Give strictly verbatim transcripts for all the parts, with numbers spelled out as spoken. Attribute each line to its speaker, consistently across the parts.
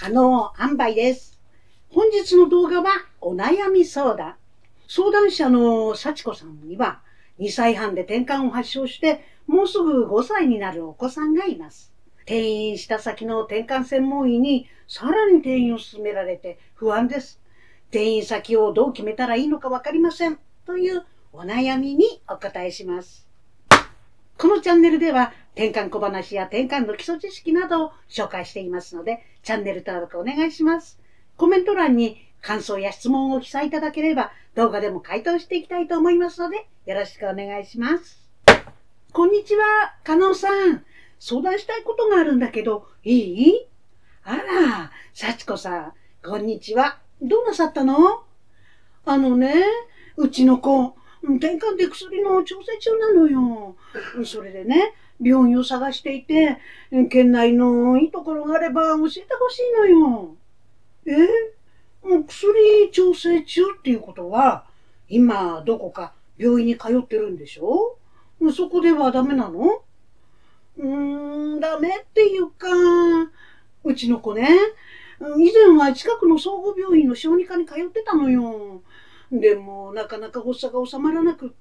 Speaker 1: 可能塩梅です。本日の動画はお悩み相談。相談者の幸子さんにはにさいはんで転換を発症してもうすぐごさいになるお子さんがいます。転院した先の転換専門医にさらに転院を勧められて不安です。転院先をどう決めたらいいのかわかりませんというお悩みにお答えします。このチャンネルでは転換小話や転換の基礎知識などを紹介していますので、チャンネル登録お願いします。コメント欄に感想や質問を記載いただければ動画でも回答していきたいと思いますので、よろしくお願いします。こんにちは、加納さん。相談したいことがあるんだけど、いい？あら、幸子さん、こんにちは。どうなさったの？あのね、うちの子、転換で薬の調整中なのよ。それでね、病院を探していて、県内のいいところがあれば教えてほしいのよ。え？薬調整中っていうことは、今どこか病院に通ってるんでしょ？そこではダメなの？うーん、ダメっていうか、うちの子ね、以前は近くの総合病院の小児科に通ってたのよ。でも、なかなか発作が収まらなくって、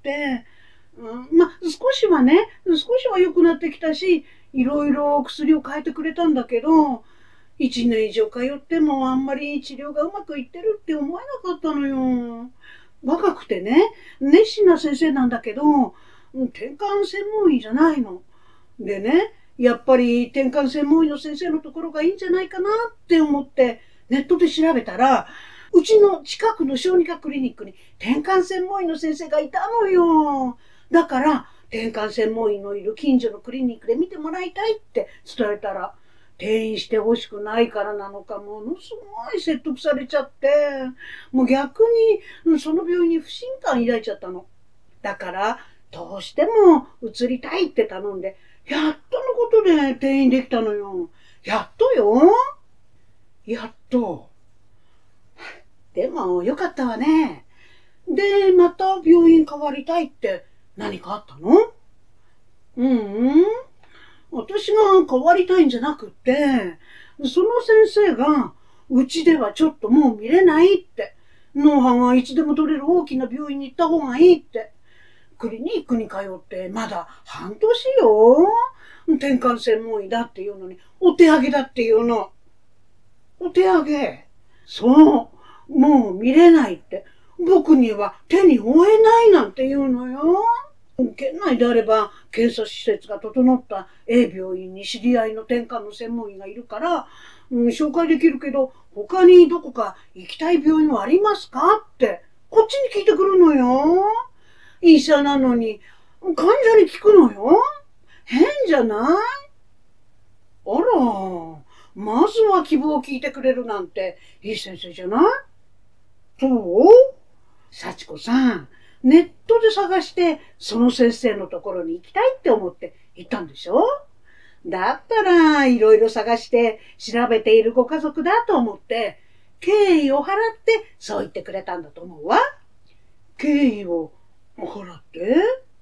Speaker 1: うん、まあ、少しはね、少しは良くなってきたし、いろいろ薬を変えてくれたんだけど、一年以上通ってもあんまり治療がうまくいってるって思えなかったのよ。若くてね、熱心な先生なんだけど、転換専門医じゃないの。でね、やっぱり転換専門医の先生のところがいいんじゃないかなって思ってネットで調べたら、うちの近くの小児科クリニックに転換専門医の先生がいたのよ。だから転換専門医のいる近所のクリニックで見てもらいたいって伝えたら、転院してほしくないからなのかものすごい説得されちゃって、もう逆にその病院に不信感抱いちゃったの。だからどうしても移りたいって頼んで、やっとのことで転院できたのよ。やっとよ。やっと。でもよかったわね。で、また病院変わりたいって何かあったの？ううん。私が変わりたいんじゃなくって、その先生が、うちではちょっともう見れないって、脳波がいつでも取れる大きな病院に行った方がいいって、クリニックに通ってまだ半年よ。転換専門医だっていうのに、お手上げだっていうの。お手上げ？そう。もう見れないって。僕には手に負えないなんて言うのよ。県内であれば検査施設が整った A 病院に知り合いの転換の専門医がいるから、うん、紹介できるけど、他にどこか行きたい病院はありますかってこっちに聞いてくるのよ。医者なのに患者に聞くのよ。変じゃない？あら、まずは希望を聞いてくれるなんていい先生じゃない？そう？幸子さん、ネットで探してその先生のところに行きたいって思って行ったんでしょ？だったらいろいろ探して調べているご家族だと思って敬意を払ってそう言ってくれたんだと思うわ。敬意を払って？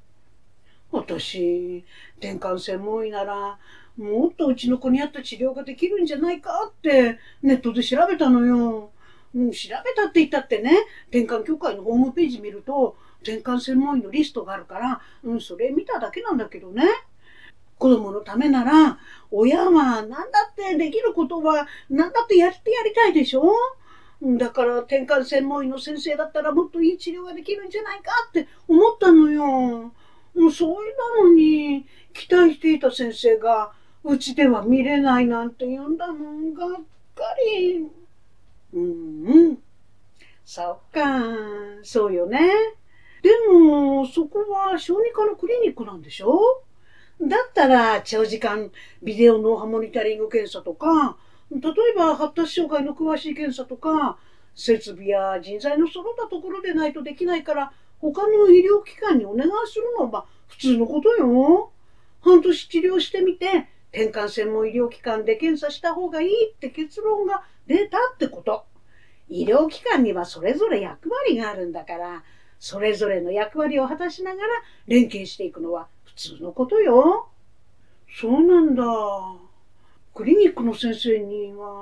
Speaker 1: 私、転換専門医ならもっとうちの子に合った治療ができるんじゃないかってネットで調べたのよ。うん、調べたって言ったってね、転換協会のホームページ見ると転換専門医のリストがあるから、うん、それ見ただけなんだけどね。子供のためなら親は何だってできることは何だってやってやりたいでしょ。だから転換専門医の先生だったらもっといい治療ができるんじゃないかって思ったのよ。それなのに期待していた先生がうちでは見れないなんて言うんだもん。がっかり。うんうん。そっか、そうよね。でもそこは小児科のクリニックなんでしょ？だったら長時間ビデオ脳波モニタリング検査とか、例えば発達障害の詳しい検査とか、設備や人材の揃ったところでないとできないから他の医療機関にお願いするのは普通のことよ。半年治療してみて転換専門医療機関で検査した方がいいって結論が出たってこと。医療機関にはそれぞれ役割があるんだから、それぞれの役割を果たしながら連携していくのは普通のことよ。そうなんだ。クリニックの先生には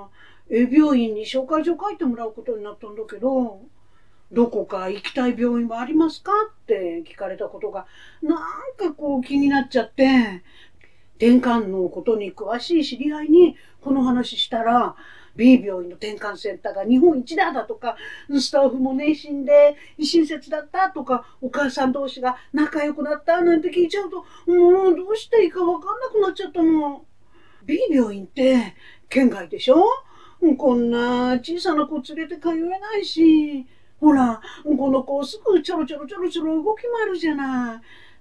Speaker 1: A 病院に紹介状書いてもらうことになったんだけど、どこか行きたい病院はありますかって聞かれたことが、なんかこう気になっちゃって、転換のことに詳しい知り合いにこの話したら、B 病院の転換センターが日本一だだとか、スタッフも熱心で親切だったとか、お母さん同士が仲良くなったなんて聞いちゃうと、もうどうしていいかわかんなくなっちゃったの。B 病院って県外でしょ？こんな小さな子連れて通えないし、ほら、この子すぐちょろちょろちょろちょろ動き回るじゃない。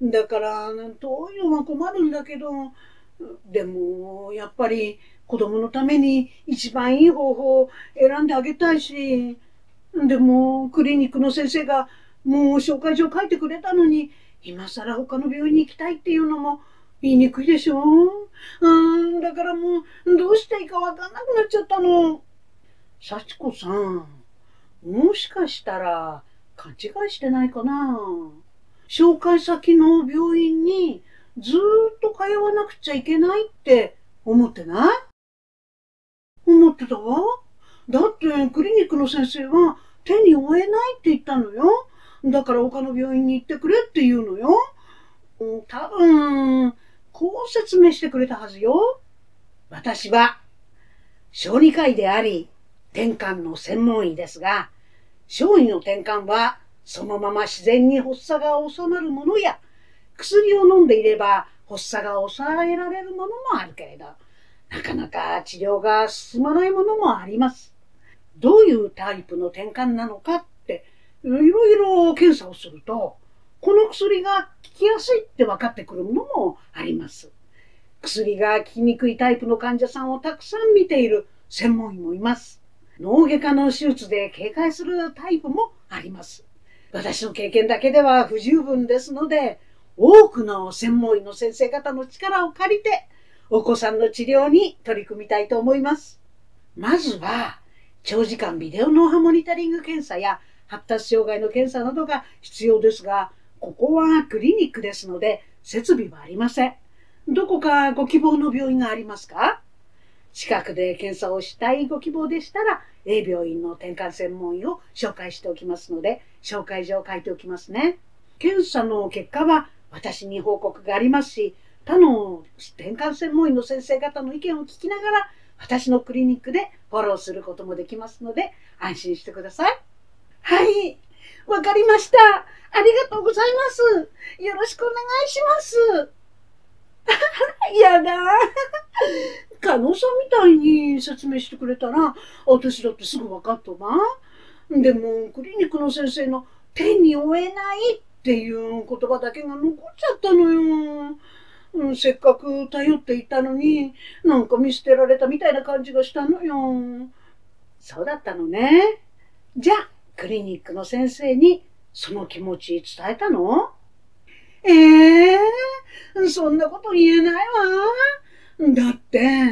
Speaker 1: だから、遠いのは困るんだけど、でも、やっぱり子供のために一番いい方法を選んであげたいし、でも、クリニックの先生がもう紹介状書いてくれたのに、今更他の病院に行きたいっていうのも言いにくいでしょ？うん、だからもう、どうしていいかわかんなくなっちゃったの。幸子さん、もしかしたら勘違いしてないかな？紹介先の病院にずーっと通わなくちゃいけないって思ってない？思ってたわ。だってクリニックの先生は手に負えないって言ったのよ。だから他の病院に行ってくれって言うのよ。多分、こう説明してくれたはずよ。私は小児科医であり、転換の専門医ですが、小児の転換はそのまま自然に発作が収まるものや、薬を飲んでいれば発作が抑えられるものもあるけれど、なかなか治療が進まないものもあります。どういうタイプの転換なのかって、いろいろ検査をすると、この薬が効きやすいって分かってくるものもあります。薬が効きにくいタイプの患者さんをたくさん見ている専門医もいます。脳外科の手術で警戒するタイプもあります。私の経験だけでは不十分ですので、多くの専門医の先生方の力を借りて、お子さんの治療に取り組みたいと思います。まずは、長時間ビデオ脳波モニタリング検査や発達障害の検査などが必要ですが、ここはクリニックですので、設備はありません。どこかご希望の病院がありますか？近くで検査をしたいご希望でしたら、A 病院の転換専門医を紹介しておきますので、紹介状を書いておきますね。検査の結果は私に報告がありますし、他の転換専門医の先生方の意見を聞きながら、私のクリニックでフォローすることもできますので、安心してください。はい、わかりました。ありがとうございます。よろしくお願いします。やだ。加納さんみたいに説明してくれたら、私だってすぐ分かったわ。でも、クリニックの先生の手に負えないっていう言葉だけが残っちゃったのよ。うん、せっかく頼っていたのに、なんか見捨てられたみたいな感じがしたのよ。そうだったのね。じゃあ、クリニックの先生にその気持ち伝えたの？ええー、そんなこと言えないわ。だって、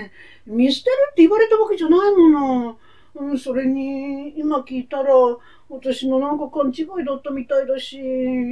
Speaker 1: 見捨てるって言われたわけじゃないもの。それに、今聞いたら、私のなんか勘違いだったみたいだし。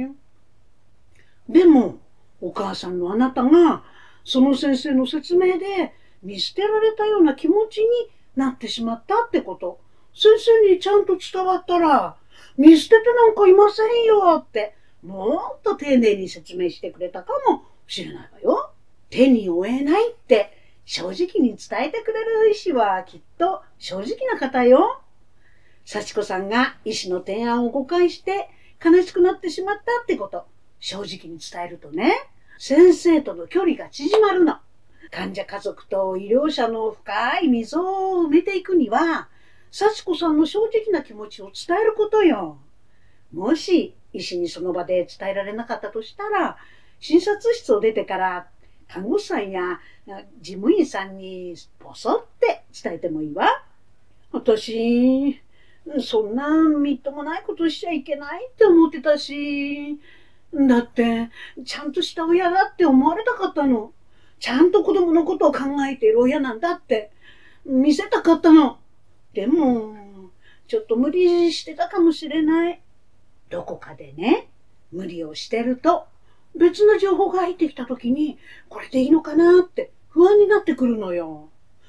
Speaker 1: でも、お母さんのあなたが、その先生の説明で見捨てられたような気持ちになってしまったってこと、先生にちゃんと伝わったら、見捨ててなんかいませんよって、もっと丁寧に説明してくれたかもしれないわよ。手に負えないって正直に伝えてくれる医師はきっと正直な方よ。幸子さんが医師の提案を誤解して悲しくなってしまったってこと、正直に伝えるとね、先生との距離が縮まるの。患者家族と医療者の深い溝を埋めていくには、幸子さんの正直な気持ちを伝えることよ。もし医師にその場で伝えられなかったとしたら、診察室を出てから看護師さんや事務員さんにポソって伝えてもいいわ。私、そんなみっともないことしちゃいけないって思ってたし、だってちゃんとした親だって思われたかったの。ちゃんと子供のことを考えている親なんだって見せたかったの。でも、ちょっと無理してたかもしれない。どこかでね、無理をしてると、別の情報が入ってきた時に、これでいいのかなって不安になってくるのよ。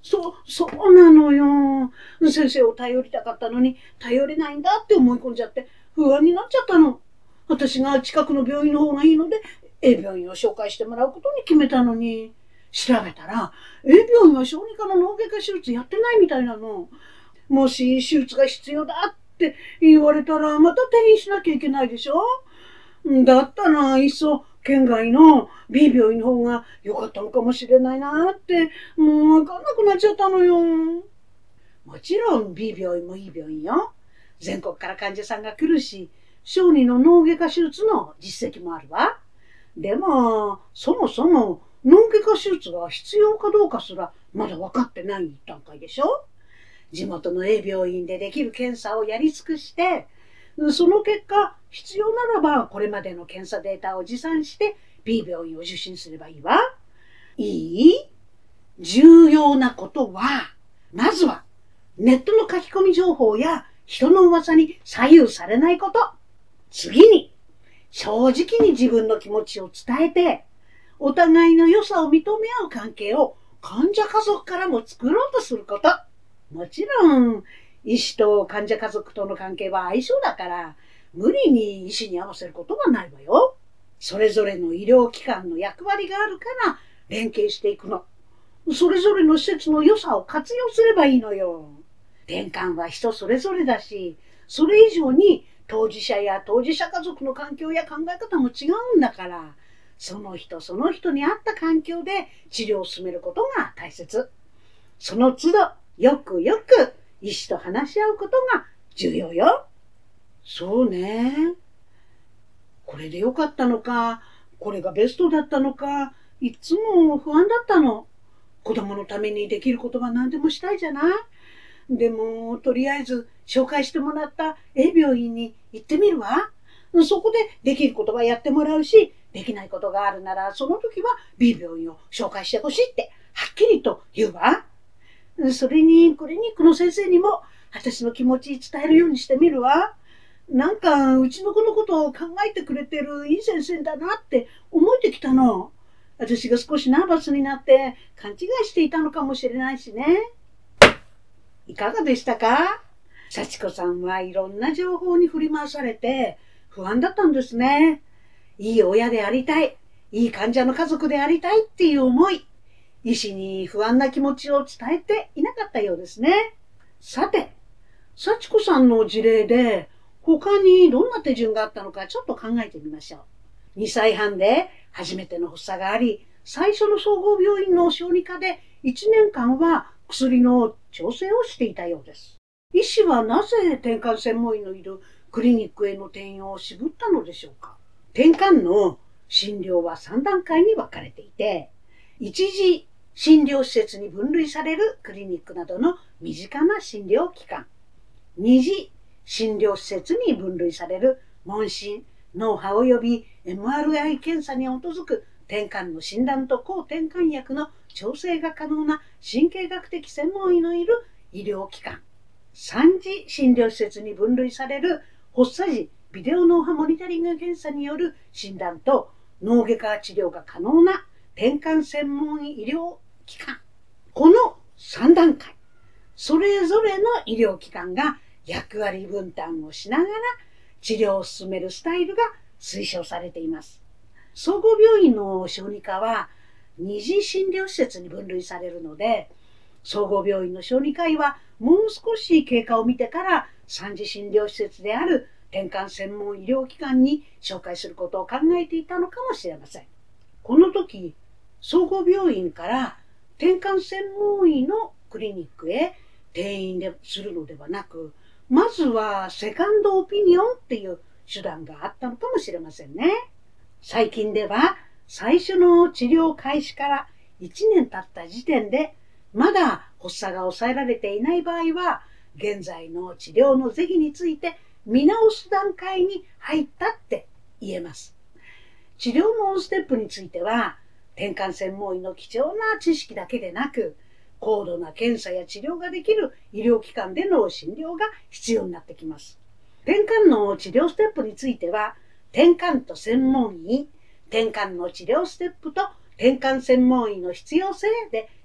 Speaker 1: そう、そうなのよ。先生を頼りたかったのに、頼れないんだって思い込んじゃって、不安になっちゃったの。私が近くの病院の方がいいので、A 病院を紹介してもらうことに決めたのに、調べたら、A 病院は小児科の脳外科手術やってないみたいなの。もし手術が必要だって言われたら、また転院しなきゃいけないでしょ。だったら、いっそ、県外の B 病院の方が良かったのかもしれないなって、もうわかんなくなっちゃったのよ。もちろん B 病院もいい病院よ。全国から患者さんが来るし、小児の脳外科手術の実績もあるわ。でも、そもそも脳外科手術が必要かどうかすらまだ分かってない段階でしょ。地元の A 病院でできる検査をやり尽くして、その結果、必要ならばこれまでの検査データを持参して B 病院を受診すればいいわ。いい？重要なことは、まずはネットの書き込み情報や人の噂に左右されないこと。次に、正直に自分の気持ちを伝えて、お互いの良さを認め合う関係を患者家族からも作ろうとすること。もちろん、医師と患者家族との関係は相性だから、無理に医師に合わせることはないわよ。それぞれの医療機関の役割があるから連携していくの。それぞれの施設の良さを活用すればいいのよ。転換は人それぞれだし、それ以上に当事者や当事者家族の環境や考え方も違うんだから、その人その人に合った環境で治療を進めることが大切。その都度、よくよく医師と話し合うことが重要よ。そうね。これでよかったのか、これがベストだったのか、いつも不安だったの。子供のためにできることは何でもしたいじゃない。でも、とりあえず紹介してもらった A 病院に行ってみるわ。そこでできることはやってもらうし、できないことがあるなら、その時は B 病院を紹介してほしいって、はっきりと言うわ。それに、クリニックの先生にも、私の気持ち伝えるようにしてみるわ。なんか、うちの子のことを考えてくれてるいい先生だなって思えてきたの。私が少しナーバスになって勘違いしていたのかもしれないしね。いかがでしたか？幸子さんはいろんな情報に振り回されて不安だったんですね。いい親でありたい、いい患者の家族でありたいっていう思い、医師に不安な気持ちを伝えていなかったようですね。さて、幸子さんの事例で他にどんな手順があったのかちょっと考えてみましょう。にさいはんで初めての発作があり、最初の総合病院の小児科でいちねんかんは薬の調整をしていたようです。医師はなぜ転換専門医のいるクリニックへの転院を渋ったのでしょうか。転換の診療はさんだんかいに分かれていて、一次診療施設に分類されるクリニックなどの身近な診療機関、二次診療施設に分類される問診、脳波及び エムアールアイ 検査に基づく転換の診断と抗転換薬の調整が可能な神経学的専門医のいる医療機関、三次診療施設に分類される発作時ビデオ脳波モニタリング検査による診断と脳外科治療が可能な転換専門医療機関。このさんだんかい、それぞれの医療機関が役割分担をしながら治療を進めるスタイルが推奨されています。総合病院の小児科は二次診療施設に分類されるので、総合病院の小児科医はもう少し経過を見てから三次診療施設である転換専門医療機関に紹介することを考えていたのかもしれません。この時、総合病院から転換専門医のクリニックへ転院するのではなく、まずはセカンドオピニオンっていう手段があったのかもしれませんね。最近では最初の治療開始からいちねん経った時点でまだ発作が抑えられていない場合は、現在の治療の是非について見直す段階に入ったって言えます。治療のステップについては、転換専門医の貴重な知識だけでなく、高度な検査や治療ができる医療機関での診療が必要になってきます。転換の治療ステップについては、転換と専門医、転換の治療ステップと転換専門医の必要性で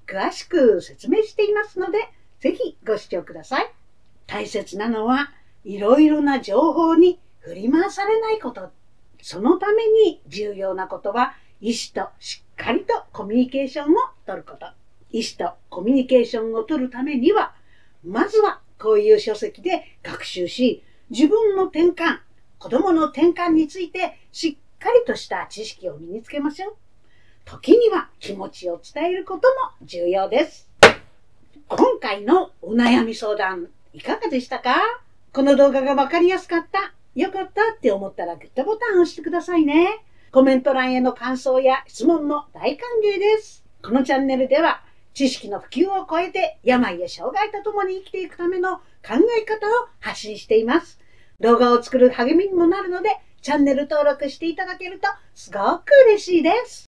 Speaker 1: 詳しく説明していますので、ぜひご視聴ください。大切なのはいろいろな情報に振り回されないこと。そのために重要なことは、医師としっかりとコミュニケーションを取ること。医師とコミュニケーションを取るためには、まずはこういう書籍で学習し、自分の転換、子供の転換についてしっかりとした知識を身につけましょう。時には気持ちを伝えることも重要です。今回のお悩み相談いかがでしたか？この動画がわかりやすかった、よかったって思ったらグッドボタンを押してくださいね。コメント欄への感想や質問も大歓迎です。このチャンネルでは知識の普及を超えて病や障害とともに生きていくための考え方を発信しています。動画を作る励みにもなるのでチャンネル登録していただけるとすごく嬉しいです。